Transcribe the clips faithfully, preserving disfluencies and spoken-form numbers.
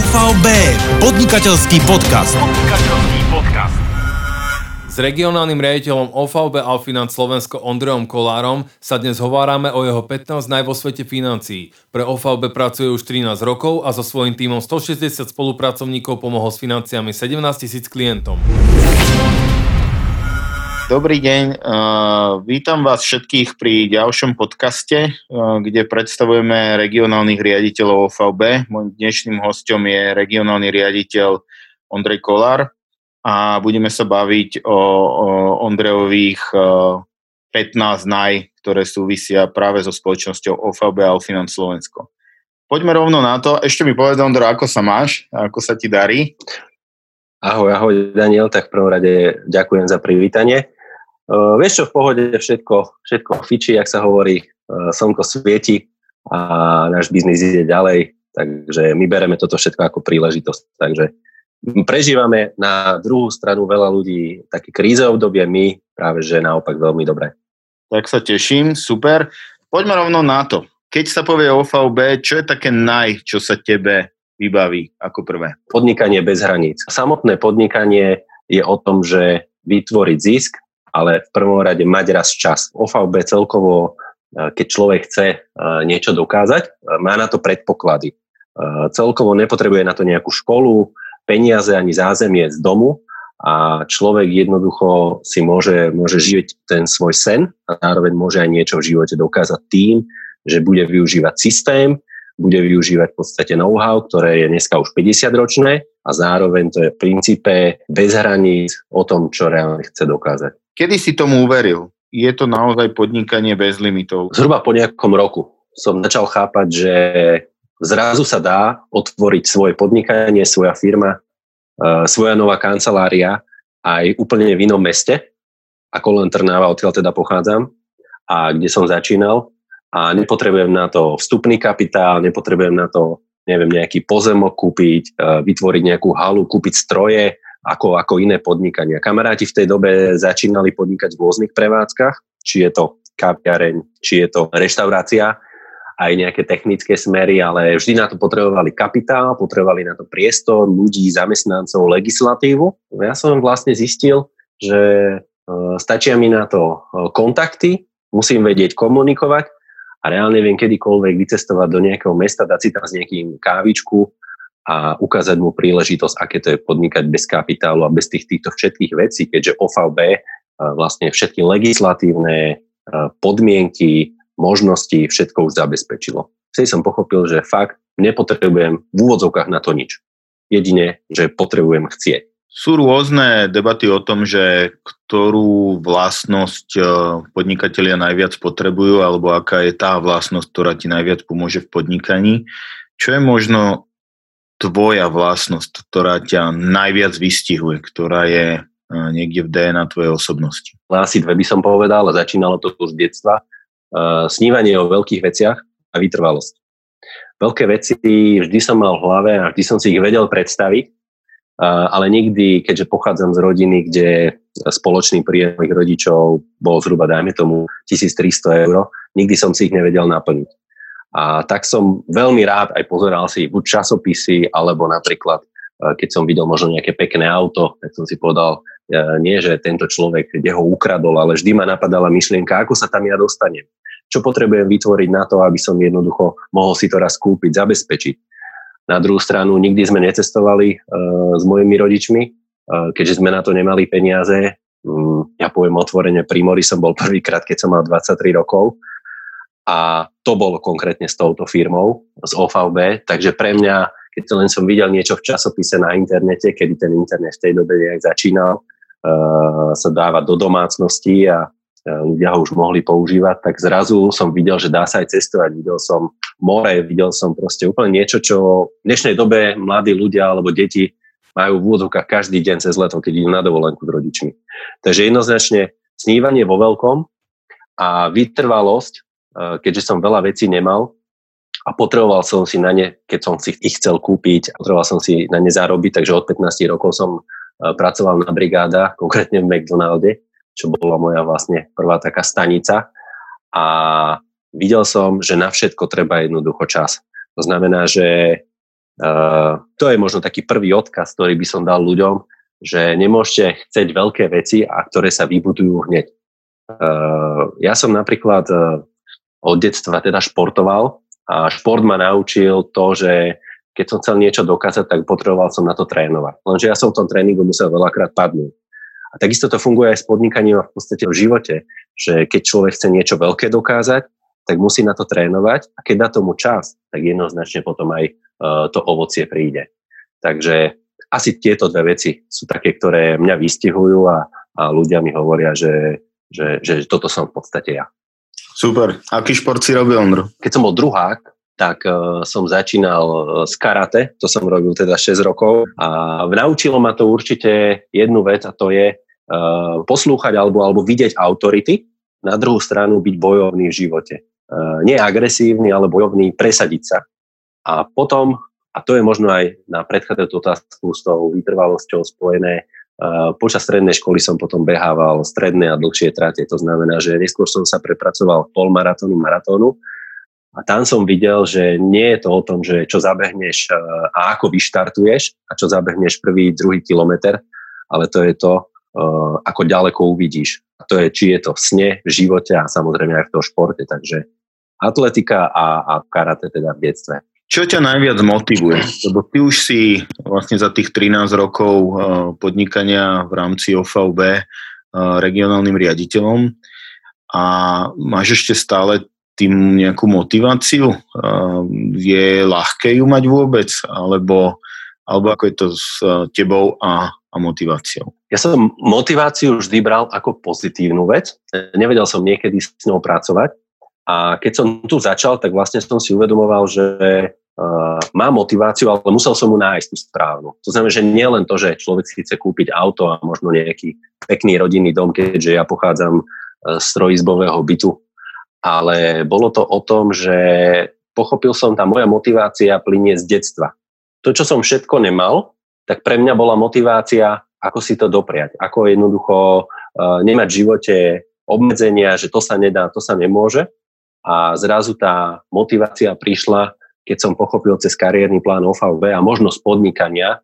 ó vé bé, podnikateľský podcast. Podnikateľský podcast. S regionálnym riaditeľom ó vé bé Alfinance Slovensko Ondrejom Kolárom sa dnes hovárame o jeho pätnásť naj vo svete financií. Pre ó vé bé pracuje už trinásť rokov a so svojím tímom stošesťdesiat spolupracovníkov pomohol s financiami sedemnásť tisíc klientom. Dobrý deň, uh, vítam vás všetkých pri ďalšom podcaste, uh, kde predstavujeme regionálnych riaditeľov ó vé bé. Mojím dnešným hosťom je regionálny riaditeľ Ondrej Kolár a budeme sa baviť o, o Ondrejových uh, pätnásť naj, ktoré súvisia práve so spoločnosťou ó vé bé Alfinance Slovensko. Poďme rovno na to. Ešte mi povedz, Ondro, ako sa máš? Ako sa ti darí? Ahoj, ahoj Daniel, tak v prvom rade ďakujem za privítanie. Uh, vieš čo, v pohode všetko, všetko fičí, jak sa hovorí, uh, slnko svieti a náš biznis ide ďalej, takže my bereme toto všetko ako príležitosť. Takže prežívame na druhú stranu veľa ľudí také krízové obdobie, my práve že naopak veľmi dobre. Tak sa teším, super. Poďme rovno na to. Keď sa povie ó vé bé, čo je také naj, čo sa tebe vybaví ako prvé? Podnikanie bez hraníc. Samotné podnikanie je o tom, že vytvoriť zisk, ale v prvom rade mať raz čas. ó vé bé celkovo, keď človek chce niečo dokázať, má na to predpoklady. Celkovo nepotrebuje na to nejakú školu, peniaze ani zázemie z domu a človek jednoducho si môže, môže žiť ten svoj sen a zároveň môže aj niečo v živote dokázať tým, že bude využívať systém, bude využívať v podstate know-how, ktoré je dneska už päťdesiatročné a zároveň to je v princípe bez hraníc o tom, čo reálne chce dokázať. Kedy si tomu uveril? Je to naozaj podnikanie bez limitov? Zhruba po nejakom roku som začal chápať, že zrazu sa dá otvoriť svoje podnikanie, svoja firma, svoja nová kancelária aj úplne v inom meste, ako len Trnava, odkiaľ teda pochádzam a kde som začínal. A nepotrebujem na to vstupný kapitál, nepotrebujem na to, neviem, nejaký pozemok kúpiť, vytvoriť nejakú halu, kúpiť stroje, ako, ako iné podnikania. Kamaráti v tej dobe začínali podnikať v rôznych prevádzkach, či je to kaviareň, či je to reštaurácia, aj nejaké technické smery, ale vždy na to potrebovali kapitál, potrebovali na to priestor, ľudí, zamestnancov, legislatívu. Ja som vlastne zistil, že stačia mi na to kontakty, musím vedieť komunikovať, a reálne viem kedykoľvek vycestovať do nejakého mesta, dať si tam s niekým kávičku a ukázať mu príležitosť, aké to je podnikať bez kapitálu a bez tých, týchto všetkých vecí, keďže ó vé bé vlastne všetky legislatívne podmienky, možnosti, všetko už zabezpečilo. Vtedy som pochopil, že fakt nepotrebujem v úvodzovkách na to nič. Jedine, že potrebujem chcieť. Sú rôzne debaty o tom, že ktorú vlastnosť podnikatelia najviac potrebujú, alebo aká je tá vlastnosť, ktorá ti najviac pomôže v podnikaní. Čo je možno tvoja vlastnosť, ktorá ťa najviac vystihuje, ktorá je niekde v dé en á tvojej osobnosti? Asi dve by som povedal, ale začínalo to už z detstva. Snívanie o veľkých veciach a vytrvalosť. Veľké veci vždy som mal v hlave a vždy som si ich vedel predstaviť, ale nikdy, keďže pochádzam z rodiny, kde spoločný príjem mojich rodičov bol zhruba, dajme tomu, tisíctristo eur, nikdy som si ich nevedel naplniť. A tak som veľmi rád aj pozeral si buď časopisy, alebo napríklad, keď som videl možno nejaké pekné auto, tak som si povedal, nie, že tento človek, kde ho ukradol, ale vždy ma napadala myšlienka, ako sa tam ja dostanem. Čo potrebujem vytvoriť na to, aby som jednoducho mohol si to raz kúpiť, zabezpečiť. Na druhú stranu nikdy sme necestovali uh, s mojimi rodičmi, uh, keďže sme na to nemali peniaze. Um, ja poviem otvorene, pri mori som bol prvýkrát, keď som mal dvadsaťtri rokov a to bolo konkrétne s touto firmou, z ó vé bé, takže pre mňa, keď len som videl niečo v časopise na internete, kedy ten internet v tej dobe nejak začínal uh, sa dávať do domácnosti a ľudia ho už mohli používať, tak zrazu som videl, že dá sa aj cestovať. Videl som more, videl som proste úplne niečo, čo v dnešnej dobe mladí ľudia alebo deti majú v úvodzovkách každý deň cez leto, keď idú na dovolenku s rodičmi. Takže jednoznačne snívanie vo veľkom a vytrvalosť, keďže som veľa vecí nemal a potreboval som si na ne, keď som si ich chcel kúpiť, potreboval som si na ne zarobiť, takže od pätnásť rokov som pracoval na brigádach, konkrétne v McDonalde, čo bola moja vlastne prvá taká stanica a videl som, že na všetko treba jednoducho čas. To znamená, že Uh, to je možno taký prvý odkaz, ktorý by som dal ľuďom, že nemôžete chcieť veľké veci, a ktoré sa vybudujú hneď. Uh, ja som napríklad uh, od detstva teda športoval a šport ma naučil to, že keď som chcel niečo dokázať, tak potreboval som na to trénovať. Lenže ja som v tom tréningu musel veľakrát padnúť. A takisto to funguje aj s podnikaním a v podstate v živote, že keď človek chce niečo veľké dokázať, tak musí na to trénovať a keď dá tomu čas, tak jednoznačne potom aj uh, to ovocie príde. Takže asi tieto dve veci sú také, ktoré mňa vystihujú a, a ľudia mi hovoria, že, že, že toto som v podstate ja. Super. Aký šport si robil, Ondro? Keď som bol druhák, tak uh, som začínal s karate, to som robil teda šesť rokov a naučilo ma to určite jednu vec a to je uh, poslúchať alebo, alebo vidieť autority, na druhú stranu byť bojovný v živote. Uh, nie agresívny, ale bojovný, presadiť sa. A potom, a to je možno aj na predchádzajúcu otázku s tou vytrvalosťou spojené, uh, počas strednej školy som potom behával stredné a dlhšie trate. To znamená, že neskôr som sa prepracoval polmaratónu, maratónu a tam som videl, že nie je to o tom, že čo zabehneš uh, a ako vyštartuješ a čo zabehneš prvý, druhý kilometr, ale to je to, uh, ako ďaleko uvidíš. A to je, či je to v sne, v živote a samozrejme aj v tom športe. Takže atletika a, a karate teda v detstve. Čo ťa najviac motivuje? Lebo ty už si vlastne za tých trinásť rokov podnikania v rámci ó vé bé regionálnym riaditeľom a máš ešte stále tým nejakú motiváciu? Je ľahké ju mať vôbec? Alebo, alebo ako je to s tebou a, a motiváciou? Ja som motiváciu vždy bral ako pozitívnu vec. Nevedel som niekedy s ňou pracovať. A keď som tu začal, tak vlastne som si uvedomoval, že uh, mám motiváciu, ale musel som mu nájsť tú správnu. To znamená, že nie len to, že človek si chce kúpiť auto a možno nejaký pekný rodinný dom, keďže ja pochádzam z trojizbového bytu, ale bolo to o tom, že pochopil som, tá moja motivácia plynie z detstva. To, čo som všetko nemal, tak pre mňa bola motivácia, ako si to dopriať, ako jednoducho uh, nemať v živote obmedzenia, že to sa nedá, to sa nemôže. A zrazu tá motivácia prišla, keď som pochopil cez kariérny plán ó vé bé a možnosť podnikania,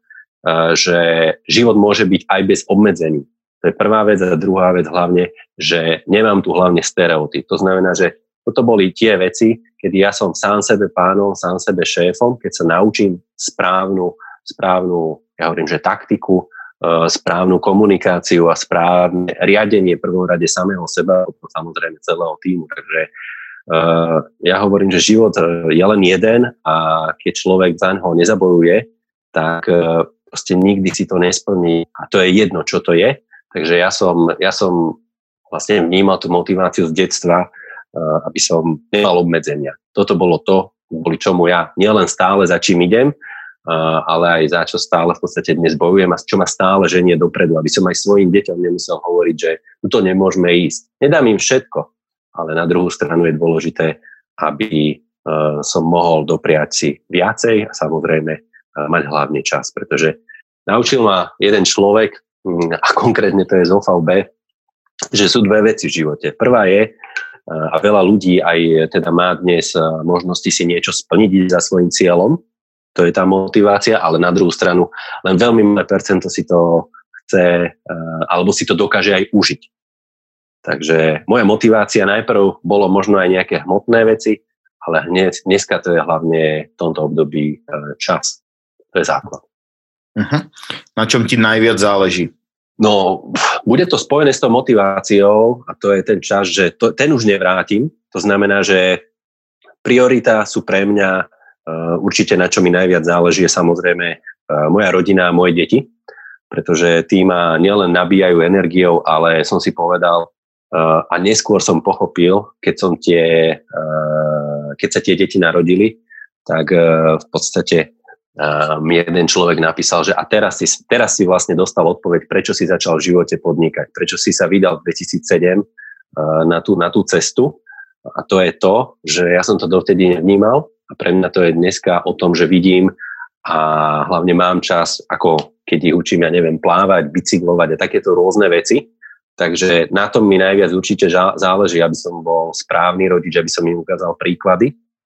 že život môže byť aj bez obmedzení. To je prvá vec a druhá vec hlavne, že nemám tu hlavne stereotyp. To znamená, že toto boli tie veci, kedy ja som sám sebe pánom, sám sebe šéfom, keď sa naučím správnu, správnu, ja hovorím, že taktiku, správnu komunikáciu a správne riadenie v prvom rade samého seba, samozrejme celého týmu. Takže Uh, ja hovorím, že život je len jeden a keď človek za ňoho nezabojuje, tak uh, proste nikdy si to nesplní a to je jedno, čo to je. Takže ja som, ja som vlastne vnímal tú motiváciu z detstva, uh, aby som nemal obmedzenia. Toto bolo to, kvôli čomu ja nielen stále za čím idem, uh, ale aj za čo stále v podstate dnes bojujem a čo ma stále ženie dopredu, aby som aj svojim deťom nemusel hovoriť, že tu nemôžeme ísť. Nedám im všetko, ale na druhú stranu je dôležité, aby uh, som mohol dopriať si viacej a samozrejme uh, mať hlavne čas, pretože naučil ma jeden človek, um, a konkrétne to je z ó vé bé, že sú dve veci v živote. Prvá je, uh, a veľa ľudí aj teda má dnes uh, možnosti si niečo splniť za svojím cieľom, to je tá motivácia, ale na druhú stranu len veľmi malé percento si to chce, uh, alebo si to dokáže aj užiť. Takže moja motivácia najprv bolo možno aj nejaké hmotné veci, ale dnes, dneska to je hlavne v tomto období čas. To je základ. Uh-huh. Na čom ti najviac záleží? No, bude to spojené s tou motiváciou a to je ten čas, že to, ten už nevrátim. To znamená, že priorita sú pre mňa uh, určite na čo mi najviac záleží je samozrejme uh, moja rodina a moje deti, pretože tí ma nielen nabíjajú energiou, ale som si povedal, Uh, a neskôr som pochopil, keď som tie, uh, keď sa tie deti narodili, tak uh, v podstate uh, mi jeden človek napísal, že a teraz si, teraz si vlastne dostal odpoveď, prečo si začal v živote podnikať, prečo si sa vydal v dvetisícsedem uh, na, tú, na tú cestu. A to je to, že ja som to dovtedy nevnímal a pre mňa to je dneska o tom, že vidím a hlavne mám čas, ako keď ich učím, ja neviem, plávať, bicyklovať a takéto rôzne veci. Takže na tom mi najviac určite záleží, aby som bol správny rodič, aby som im ukázal príklady.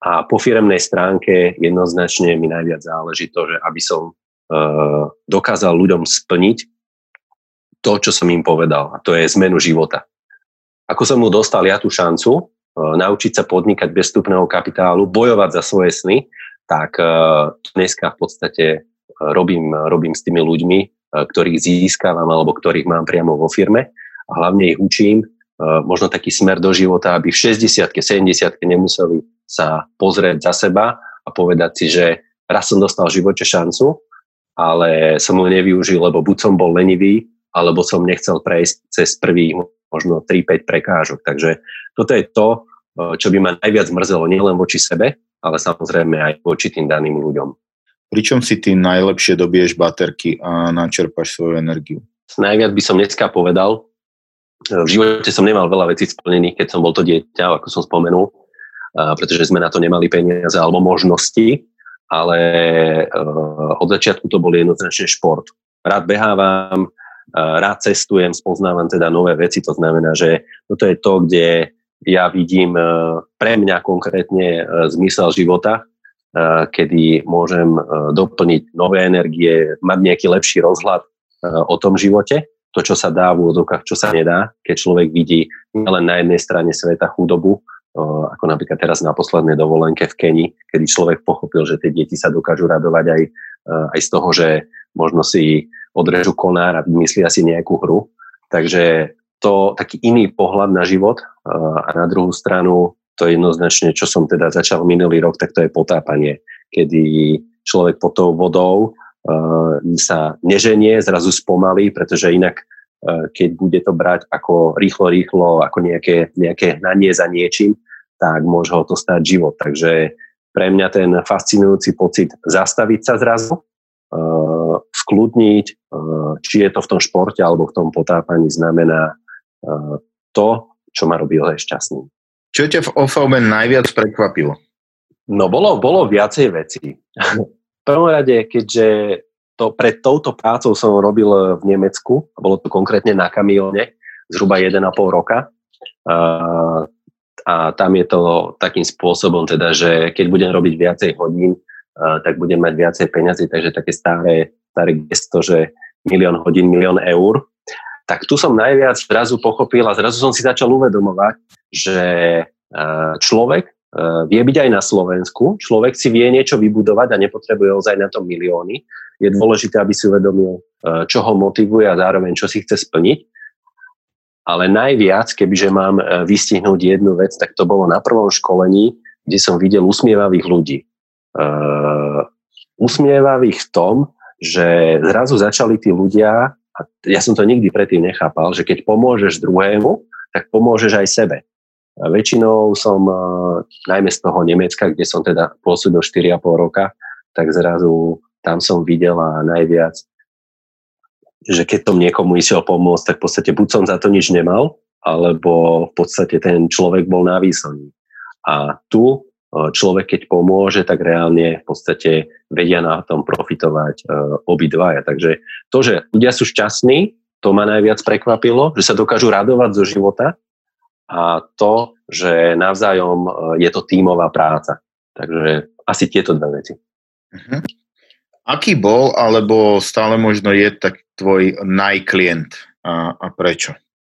A po firemnej stránke jednoznačne mi najviac záleží to, že aby som uh, dokázal ľuďom splniť to, čo som im povedal. A to je zmenu života. Ako som mu dostal ja tú šancu uh, naučiť sa podnikať bez vstupného kapitálu, bojovať za svoje sny, tak uh, dneska v podstate uh, robím, robím s tými ľuďmi, uh, ktorých získavam alebo ktorých mám priamo vo firme a hlavne ich učím uh, možno taký smer do života, aby v šesťdesiatke, sedemdesiatke nemuseli sa pozrieť za seba a povedať si, že raz som dostal v živote šancu, ale som ho nevyužil, lebo buď som bol lenivý, alebo som nechcel prejsť cez prvých možno tri päť prekážok. Takže toto je to, čo by ma najviac mrzelo nielen voči sebe, ale samozrejme aj voči tým daným ľuďom. Pričom si ty najlepšie dobiješ baterky a načerpaš svoju energiu? Najviac by som dneska povedal, v živote som nemal veľa vecí splnených, keď som bol to dieťa, ako som spomenul, pretože sme na to nemali peniaze alebo možnosti, ale od začiatku to bol jednoznačne šport. Rád behávam, rád cestujem, spoznávam teda nové veci, to znamená, že toto je to, kde ja vidím pre mňa konkrétne zmysel života, kedy môžem doplniť nové energie, mať nejaký lepší rozhľad o tom živote, to, čo sa dá v úvodzovkách, čo sa nedá, keď človek vidí nielen na jednej strane sveta chudobu, ako napríklad teraz na poslednej dovolenke v Kenii, kedy človek pochopil, že tie deti sa dokážu radovať aj, aj z toho, že možno si odrežu konár a vymyslia si nejakú hru. Takže to taký iný pohľad na život a na druhú stranu to je jednoznačne, čo som teda začal minulý rok, tak to je potápanie, kedy človek pod tou vodou uh, sa neženie, zrazu spomalí, pretože inak uh, keď bude to brať ako rýchlo, rýchlo, ako nejaké, nejaké nanie za niečím, tak môže ho to stať život. Takže pre mňa ten fascinujúci pocit zastaviť sa zrazu, uh, skľudniť, uh, či je to v tom športe alebo v tom potápaní, znamená uh, to, čo ma robilo aj šťastným. Čo ťa v ó vé bé najviac prekvapilo? No bolo, bolo viacej vecí. V prvom rade, keďže to, pred touto prácou som robil v Nemecku, bolo to konkrétne na kamióne, zhruba jeden a pol roka. Uh, a tam je to takým spôsobom, teda, že keď budem robiť viacej hodín, uh, tak budem mať viacej peňazí, takže také staré, staré gesto, že milión hodín, milión eur. Tak tu som najviac zrazu pochopil a zrazu som si začal uvedomovať, že človek vie byť aj na Slovensku, človek si vie niečo vybudovať a nepotrebuje ozaj na to milióny. Je dôležité, aby si uvedomil, čo ho motivuje a zároveň, čo si chce splniť. Ale najviac, kebyže mám vystihnúť jednu vec, tak to bolo na prvom školení, kde som videl usmievavých ľudí. Usmievavých v tom, že zrazu začali tí ľudia, a ja som to nikdy predtým nechápal, že keď pomôžeš druhému, tak pomôžeš aj sebe. A väčšinou som, najmä z toho Nemecka, kde som teda pôsobil štyri a pol roka, tak zrazu tam som videl a najviac, že keď som niekomu išiel pomôcť, tak v podstate buď som za to nič nemal, alebo v podstate ten človek bol na výslní. A tu človek, keď pomôže, tak reálne v podstate vedia na tom profitovať obidvaja. Takže to, že ľudia sú šťastní, to ma najviac prekvapilo, že sa dokážu radovať zo života a to, že navzájom je to tímová práca. Takže asi tieto dve veci. Uh-huh. Aký bol, alebo stále možno je tak tvoj najklient a, a prečo?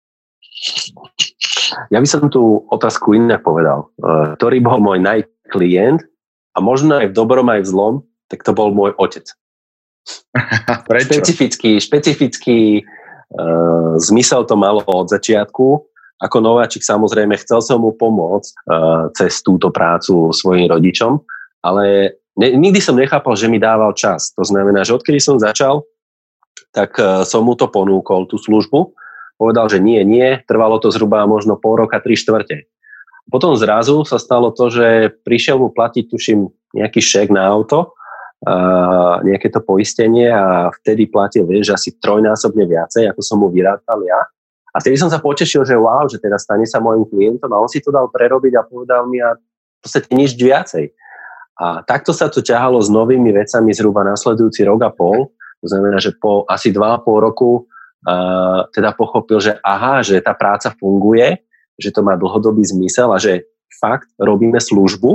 Ja by som tú otázku inak povedal. Ktorý bol môj najklient a možno aj v dobrom, aj v zlom, tak to bol môj otec. Prečo? Špecifický, špecifický uh, zmysel to malo od začiatku. Ako nováčik samozrejme chcel som mu pomôcť uh, cez túto prácu svojim rodičom, ale ne, nikdy som nechápal, že mi dával čas. To znamená, že odkedy som začal, tak uh, som mu to ponúkol, tú službu. Povedal, že nie, nie, trvalo to zhruba možno pol roka, tri štvrte. Potom zrazu sa stalo to, že prišiel mu platiť, tuším, nejaký šek na auto, a nejaké to poistenie a vtedy platil, vieš, asi trojnásobne viacej, ako som mu vyrátal ja. A vtedy som sa potešil, že wow, že teda stane sa môjim klientom a on si to dal prerobiť a povedal mi a v podstate nič viacej. A takto sa to ťahalo s novými vecami zhruba nasledujúci rok a pol. To znamená, že po asi dva a pol roku Uh, teda pochopil, že aha, že tá práca funguje, že to má dlhodobý zmysel a že fakt robíme službu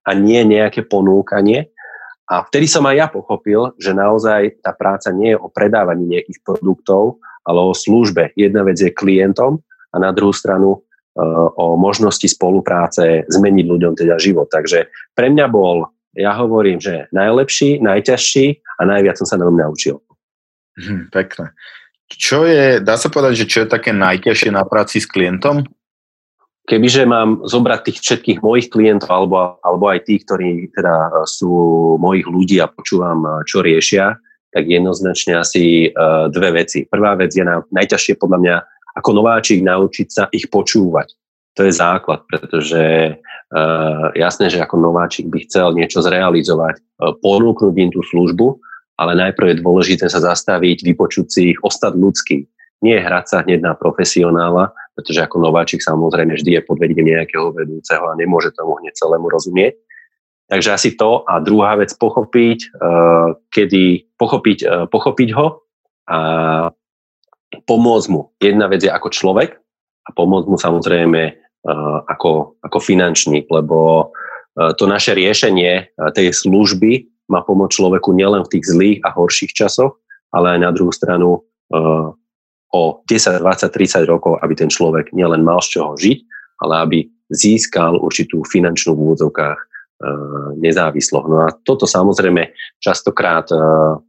a nie nejaké ponúkanie. A vtedy som aj ja pochopil, že naozaj tá práca nie je o predávaní nejakých produktov, ale o službe. Jedna vec je klientom a na druhú stranu o možnosti spolupráce zmeniť ľuďom teda život. Takže pre mňa bol, ja hovorím, že najlepší, najťažší a najviac som sa na tom naučil. Hm, pekné. Čo je, dá sa povedať, že čo je také najťažšie na práci s klientom? Kebyže mám zobrať tých všetkých mojich klientov alebo, alebo aj tých, ktorí teda sú mojich ľudí a počúvam, čo riešia, tak jednoznačne asi uh, dve veci. Prvá vec je na, najťažšie podľa mňa ako nováčik naučiť sa ich počúvať. To je základ, pretože uh, jasné, že ako nováčik by chcel niečo zrealizovať, uh, ponúknuť im tú službu, ale najprv je dôležité sa zastaviť, vypočuť si ich, ostať ľudský. Nie hrať sa hneď na profesionála, pretože ako nováčik samozrejme vždy je pod vedením nejakého vedúceho a nemôže tomu hneď celému rozumieť. Takže asi to. A druhá vec, pochopiť, uh, kedy pochopiť, uh, pochopiť ho a pomôcť mu. Jedna vec je ako človek a pomôcť mu samozrejme uh, ako, ako finančník, lebo uh, to naše riešenie uh, tej služby má pomôcť človeku nielen v tých zlých a horších časoch, ale aj na druhú stranu uh, o desať, dvadsať, tridsať rokov, aby ten človek nielen mal z čoho žiť, ale aby získal určitú finančnú v úvodzovkách e, nezávislosť. No a toto samozrejme častokrát e,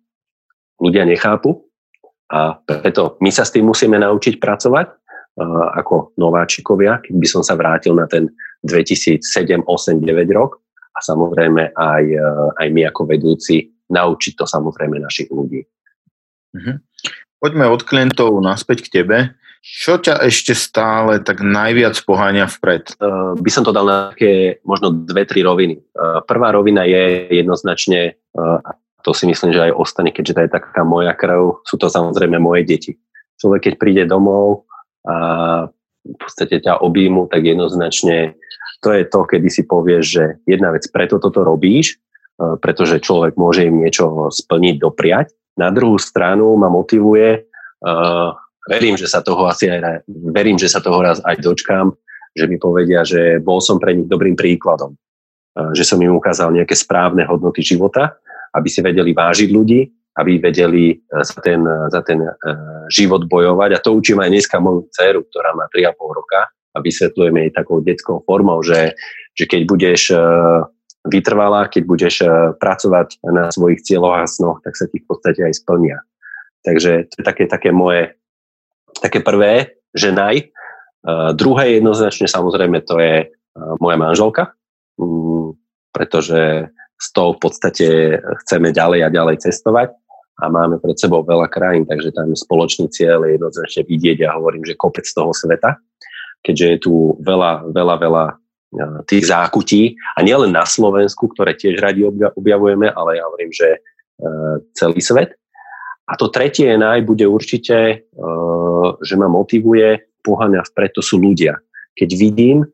ľudia nechápu a preto my sa s tým musíme naučiť pracovať e, ako nováčikovia, keď by som sa vrátil na ten dvetisícsedem, osem, deväť rok a samozrejme aj, e, aj my ako vedúci naučiť to samozrejme našich ľudí. Mhm. Poďme od klientov naspäť k tebe. Čo ťa ešte stále tak najviac poháňa vpred? Uh, by som to dal na také možno dve, tri roviny. Uh, prvá rovina je jednoznačne, uh, to si myslím, že aj ostane, keďže to je taká moja krv, sú to samozrejme moje deti. Človek, keď príde domov a v podstate ťa objímu, tak jednoznačne to je to, kedy si povieš, že jedna vec, preto toto robíš, uh, pretože človek môže im niečo splniť, dopriať. Na druhú stranu ma motivuje, uh, verím, že sa toho asi aj, verím, že sa toho raz aj dočkám, že mi povedia, že bol som pre nich dobrým príkladom. Uh, že som im ukázal nejaké správne hodnoty života, aby si vedeli vážiť ľudí, aby vedeli uh, za ten, uh, za ten uh, život bojovať. A to učím aj dneska moju dceru, ktorá má tri a pol roka a vysvetľujeme jej takou detskou formou, že, že keď budeš... Uh, vytrvalá, keď budeš pracovať na svojich cieľoch a snoch, tak sa ti v podstate aj splnia. Takže to je také, také moje, také prvé, že naj. Uh, druhé jednoznačne samozrejme to je uh, moja manželka, um, pretože s tou v podstate chceme ďalej a ďalej cestovať a máme pred sebou veľa krajín, takže tam spoločný cieľ je jednoznačne vidieť a hovorím, že kopec toho sveta, keďže je tu veľa, veľa, veľa tých zákutí a nielen na Slovensku, ktoré tiež radi objavujeme, ale ja hovorím, že celý svet. A to tretie naj bude určite, že ma motivuje, poháňa vpred, to sú ľudia. Keď vidím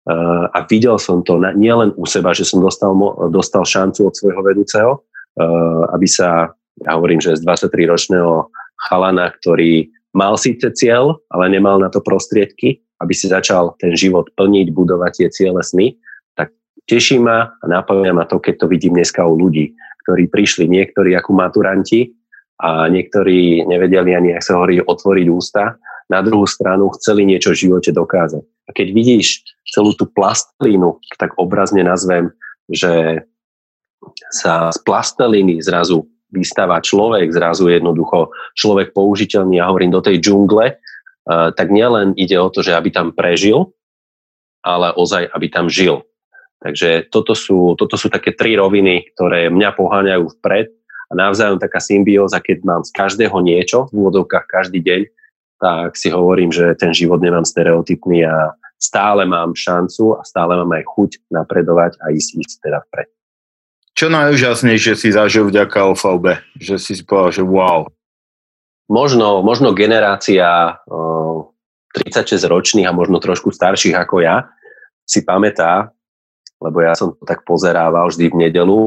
a videl som to nielen u seba, že som dostal, dostal šancu od svojho vedúceho, aby sa, ja hovorím, že z dvadsaťtriročného chalana, ktorý mal síce cieľ, ale nemal na to prostriedky, aby si začal ten život plniť, budovať tie ciele, sny, tak teší ma a napája ma to, keď to vidím dneska u ľudí, ktorí prišli, niektorí ako maturanti a niektorí nevedeli ani, ak sa hovorí, otvoriť ústa, na druhú stranu chceli niečo v živote dokázať. A keď vidíš celú tú plastelínu, tak obrazne nazvem, že sa z plastelíny zrazu vystáva človek, zrazu jednoducho človek použiteľný, ja hovorím, do tej džungle, Uh, tak nielen ide o to, že aby tam prežil, ale ozaj, aby tam žil. Takže toto sú, toto sú také tri roviny, ktoré mňa poháňajú vpred a navzájom taká symbióza, keď mám z každého niečo, v úvodovkách každý deň, tak si hovorím, že ten život nemám stereotypný a stále mám šancu a stále mám aj chuť napredovať a ísť, ísť teda vpred. Čo najúžasnejšie si zažil vďaka ó vé vé bé? Že si si povedal, že wow. Možno, možno generácia uh, tridsaťšesť ročných a možno trošku starších ako ja si pamätá, lebo ja som to tak pozerával vždy v nedeľu,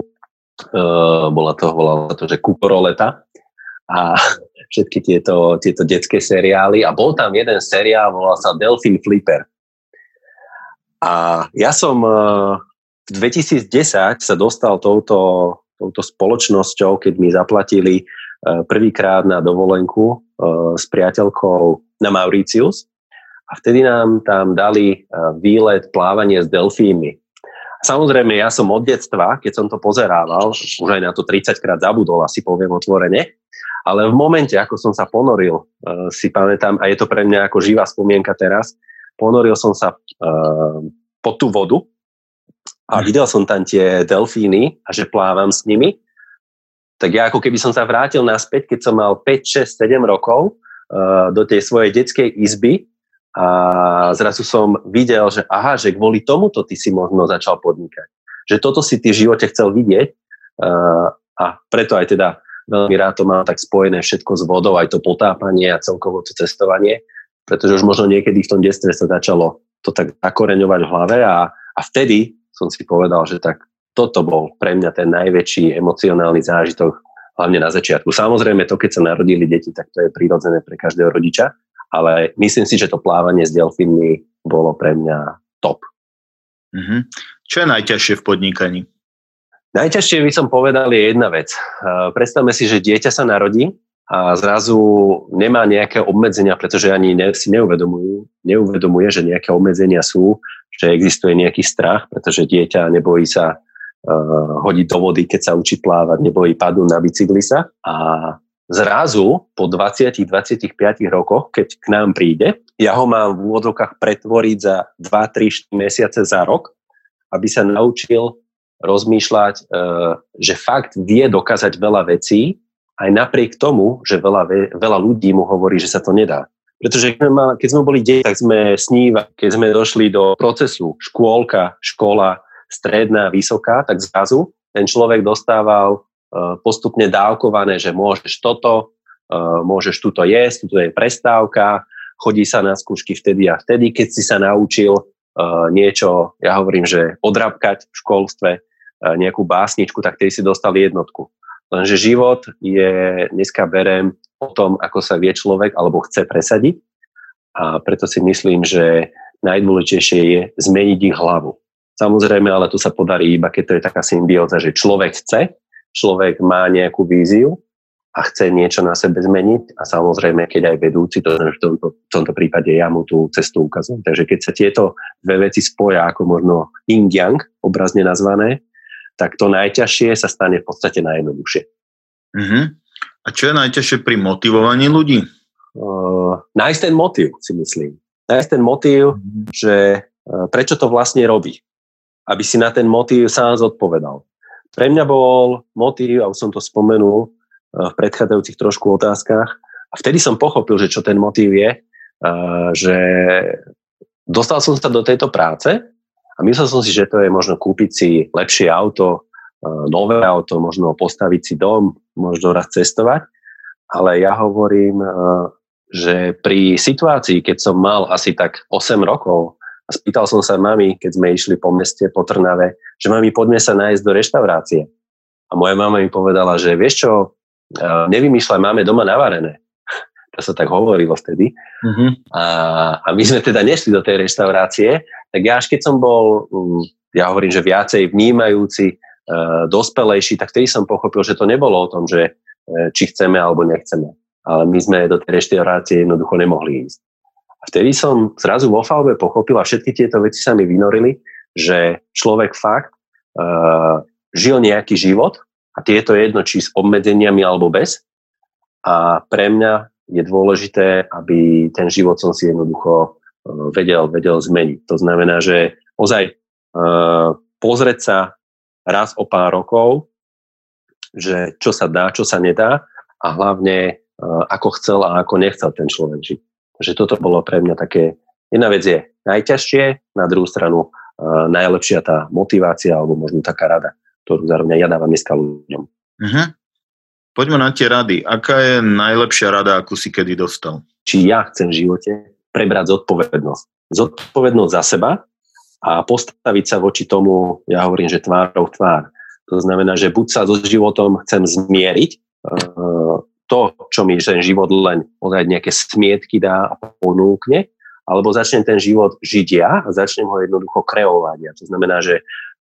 uh, bola to, volala to, že Kuporoleta a všetky tieto, tieto detské seriály a bol tam jeden seriál, volal sa Delfin Flipper. A ja som uh, v dvetisícdesať sa dostal touto, touto spoločnosťou, keď mi zaplatili prvýkrát na dovolenku s priateľkou na Mauritius a vtedy nám tam dali výlet plávanie s delfínmi. Samozrejme, ja som od detstva, keď som to pozerával, už aj na to tridsaťkrát zabudol, asi poviem otvorene, ale v momente, ako som sa ponoril, si pamätám, a je to pre mňa ako živá spomienka teraz, ponoril som sa pod tú vodu a videl som tam tie delfíny a že plávam s nimi, tak ja ako keby som sa vrátil naspäť, keď som mal päť, šesť, sedem rokov uh, do tej svojej detskej izby a zrazu som videl, že aha, že kvôli tomuto ty si možno začal podnikať. Že toto si ty v živote chcel vidieť uh, a preto aj teda veľmi rád to mám tak spojené všetko s vodou, aj to potápanie a celkovo to cestovanie, pretože už možno niekedy v tom detstve sa začalo to tak zakoreňovať v hlave a, a vtedy som si povedal, že tak toto bol pre mňa ten najväčší emocionálny zážitok, hlavne na začiatku. Samozrejme to, keď sa narodili deti, tak to je prirodzené pre každého rodiča, ale myslím si, že to plávanie s delfínmi bolo pre mňa top. Mm-hmm. Čo je najťažšie v podnikaní? Najťažšie by som povedal je jedna vec. Predstavme si, že dieťa sa narodí a zrazu nemá nejaké obmedzenia, pretože ani ne, si neuvedomujú, neuvedomuje, že nejaké obmedzenia sú, že existuje nejaký strach, pretože dieťa nebojí sa Uh, hodiť do vody, keď sa učí plávať, nebojí padnúť na bicykli sa. A zrazu po dvadsať až dvadsaťpäť rokoch, keď k nám príde, ja ho mám v úvodzovkách pretvoriť za dva, tri, štyri mesiace za rok, aby sa naučil rozmýšľať, uh, že fakt vie dokázať veľa vecí, aj napriek tomu, že veľa, veľa ľudí mu hovorí, že sa to nedá. Pretože keď sme boli deti, tak sme snívali, keď sme došli do procesu škôlka, škola, stredná, vysoká, tak zrazu ten človek dostával uh, postupne dávkované, že môžeš toto, uh, môžeš tuto jesť, tuto je prestávka, chodí sa na skúšky vtedy a vtedy, keď si sa naučil uh, niečo, ja hovorím, že odrabkať v školstve, uh, nejakú básničku, tak tej si dostal jednotku. Lenže život je, dneska berem o tom, ako sa vie človek alebo chce presadiť a preto si myslím, že najdôležitejšie je zmeniť ich hlavu. Samozrejme, ale to sa podarí iba, keď to je taká symbióza, že človek chce, človek má nejakú víziu a chce niečo na sebe zmeniť a samozrejme, keď aj vedúci, to znamená, v tomto, v tomto prípade ja mu tú cestu ukazujem. Takže keď sa tieto dve veci spoja, ako možno yin-yang, obrazne nazvané, tak to najťažšie sa stane v podstate najjednoduchšie. Uh-huh. A čo je najťažšie pri motivovaní ľudí? Uh, nájsť ten motív, si myslím. Nájsť ten motív, uh-huh. že uh, prečo to vlastne robí. Aby si na ten motív sám zodpovedal. Pre mňa bol motív, a už som to spomenul v predchádzajúcich trošku otázkach, a vtedy som pochopil, že čo ten motív je, že dostal som sa do tejto práce a myslel som si, že to je možno kúpiť si lepšie auto, nové auto, možno postaviť si dom, možno raz cestovať, ale ja hovorím, že pri situácii, keď som mal asi tak osem rokov, a spýtal som sa mami, keď sme išli po meste, po Trnave, že mami, poďme sa nájsť do reštaurácie. A moja mama mi povedala, že vieš čo, nevymýšľaj, máme doma navarené. To sa tak hovorilo vtedy. Uh-huh. A, a my sme teda nešli do tej reštaurácie, tak ja až keď som bol, ja hovorím, že viacej vnímajúci, dospelejší, tak vtedy som pochopil, že to nebolo o tom, že či chceme alebo nechceme. Ale my sme do tej reštaurácie jednoducho nemohli ísť. A vtedy som zrazu vo Falbe pochopil a všetky tieto veci sa mi vynorili, že človek fakt uh, žil nejaký život a tieto jedno, či s obmedzeniami alebo bez. A pre mňa je dôležité, aby ten život som si jednoducho uh, vedel, vedel zmeniť. To znamená, že ozaj uh, pozrieť sa raz o pár rokov, že čo sa dá, čo sa nedá a hlavne uh, ako chcel a ako nechcel ten človek žiť. Takže toto bolo pre mňa také, jedna vec je najťažšie, na druhú stranu uh, najlepšia tá motivácia alebo možno taká rada, ktorú zároveň ja dávam dneska ľuďom. Uh-huh. Poďme na tie rady. Aká je najlepšia rada, akú si kedy dostal? Či ja chcem v živote prebrať zodpovednosť. Zodpovednosť za seba a postaviť sa voči tomu, ja hovorím, že tvárou tvár. To znamená, že buď sa so životom chcem zmieriť, uh, to, čo mi ten život len odhať nejaké smietky dá a ponúkne, alebo začnem ten život žiť ja a začnem ho jednoducho kreovať. A to znamená, že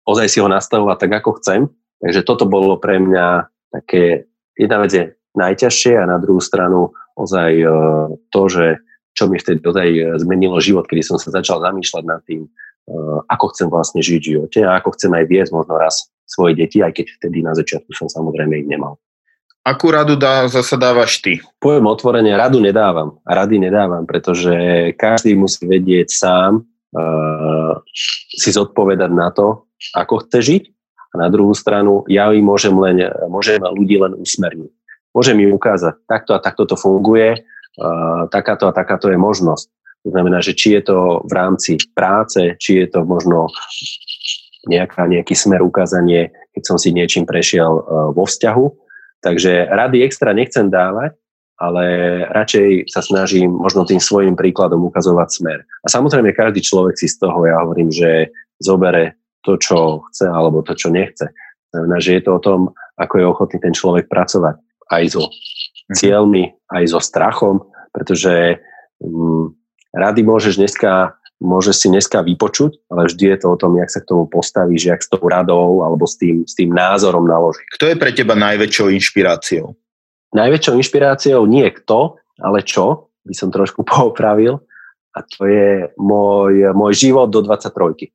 ozaj si ho nastavovať tak, ako chcem. Takže toto bolo pre mňa také, jedna vec je najťažšie a na druhú stranu ozaj to, že čo mi vtedy ozaj zmenilo život, kedy som sa začal zamýšľať nad tým, ako chcem vlastne žiť v živote a ako chcem aj viesť možno raz svoje deti, aj keď vtedy na začiatku som samozrejme ich nemal. Akú radu dá, zasa dávaš ty? Poviem otvorene, radu nedávam. Rady nedávam, pretože každý musí vedieť sám uh, si zodpovedať na to, ako chce žiť. A na druhú stranu, ja im môžem, len, môžem ľudí len usmerniť. Môžem im ukázať, takto a takto to funguje, uh, takáto a takáto je možnosť. To znamená, že či je to v rámci práce, či je to možno nejaká, nejaký smer ukázanie, keď som si niečím prešiel uh, vo vzťahu. Takže rady extra nechcem dávať, ale radšej sa snažím možno tým svojím príkladom ukazovať smer. A samozrejme každý človek si z toho, ja hovorím, že zobere to, čo chce, alebo to, čo nechce. Znamená, že je to o tom, ako je ochotný ten človek pracovať aj so cieľmi, aj so strachom, pretože um, rady môžeš dneska, môžeš si dneska vypočuť, ale vždy je to o tom, jak sa k tomu postavíš, jak s tou radou alebo s tým, s tým názorom naložíš. Kto je pre teba najväčšou inšpiráciou? Najväčšou inšpiráciou nie kto, ale čo, by som trošku poopravil, a to je môj, môj život do dvadsaťtrojky.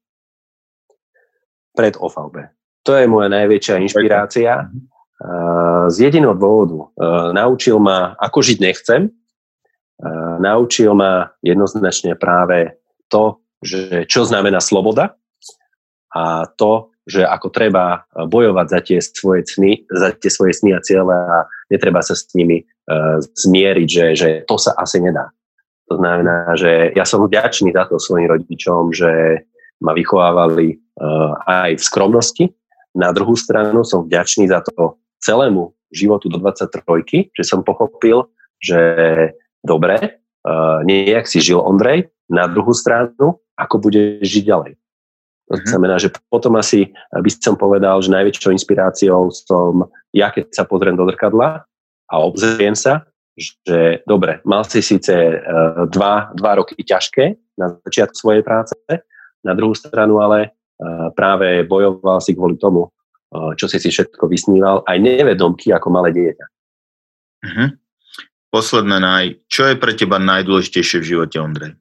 Pred ó vé bé. To je moja najväčšia inšpirácia. Uh, z jediného dôvodu. Uh, naučil ma, ako žiť nechcem. Uh, naučil ma jednoznačne práve to, že čo znamená sloboda a to, že ako treba bojovať za tie svoje sny, za tie svoje sny a ciele a netreba sa s nimi uh, zmieriť, že, že to sa asi nedá. To znamená, že ja som vďačný za to svojim rodičom, že ma vychovávali uh, aj v skromnosti. Na druhú stranu som vďačný za to celému životu do dvadsaťtrojky, že som pochopil, že dobre, uh, nejak si žil Ondrej, na druhú stranu, ako bude žiť ďalej. To mm-hmm. znamená, že potom asi by som povedal, že najväčšou inšpiráciou som ja, keď sa pozriem do zrkadla a obzriem sa, že dobre, mal si síce uh, dva, dva roky ťažké na začiatku svojej práce, na druhú stranu ale uh, práve bojoval si kvôli tomu, uh, čo si si všetko vysníval, aj nevedomky ako malé dieťa. Mm-hmm. Posledné naj... Čo je pre teba najdôležitejšie v živote, Ondrej?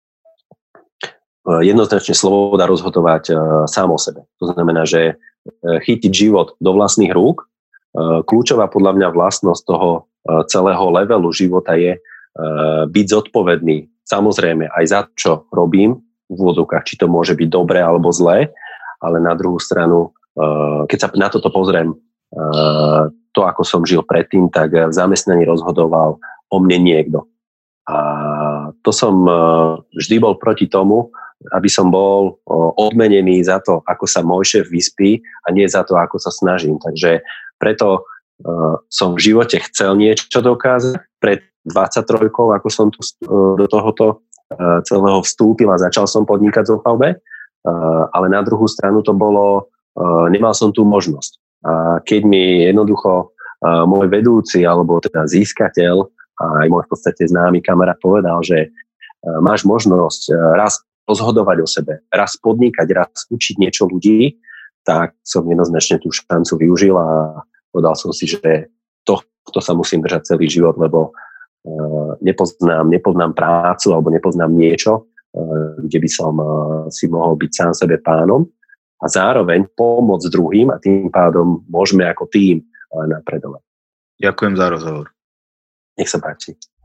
Jednoznačne sloboda rozhodovať uh, sám o sebe. To znamená, že uh, chytiť život do vlastných rúk. Uh, kľúčová podľa mňa vlastnosť toho uh, celého levelu života je uh, byť zodpovedný samozrejme aj za čo robím, v úvodzovkách, či to môže byť dobré alebo zlé, ale na druhú stranu, keď sa na toto pozriem, to, ako som žil predtým, tak v zamestnaní rozhodoval o mne niekto. A to som vždy bol proti tomu, aby som bol odmenený za to, ako sa môj šéf vyspí a nie za to, ako sa snažím. Takže preto som v živote chcel niečo dokázať. Pred dvadsaťtrojkou, ako som tu do tohoto celého vstúpil a začal som podnikať z ó vé bé, ale na druhú stranu to bolo, nemal som tú možnosť. A keď mi jednoducho môj vedúci alebo teda získateľ a aj môj v podstate známy kamarát povedal, že máš možnosť raz rozhodovať o sebe, raz podnikať, raz učiť niečo ľudí, tak som jednoznačne tú šancu využil a povedal som si, že tohto sa musím držať celý život, lebo nepoznám, nepoznám prácu alebo nepoznám niečo, kde by som si mohol byť sám sebe pánom a zároveň pomôcť druhým a tým pádom môžeme ako tým napredovať. Ďakujem za rozhovor. Nech sa páči.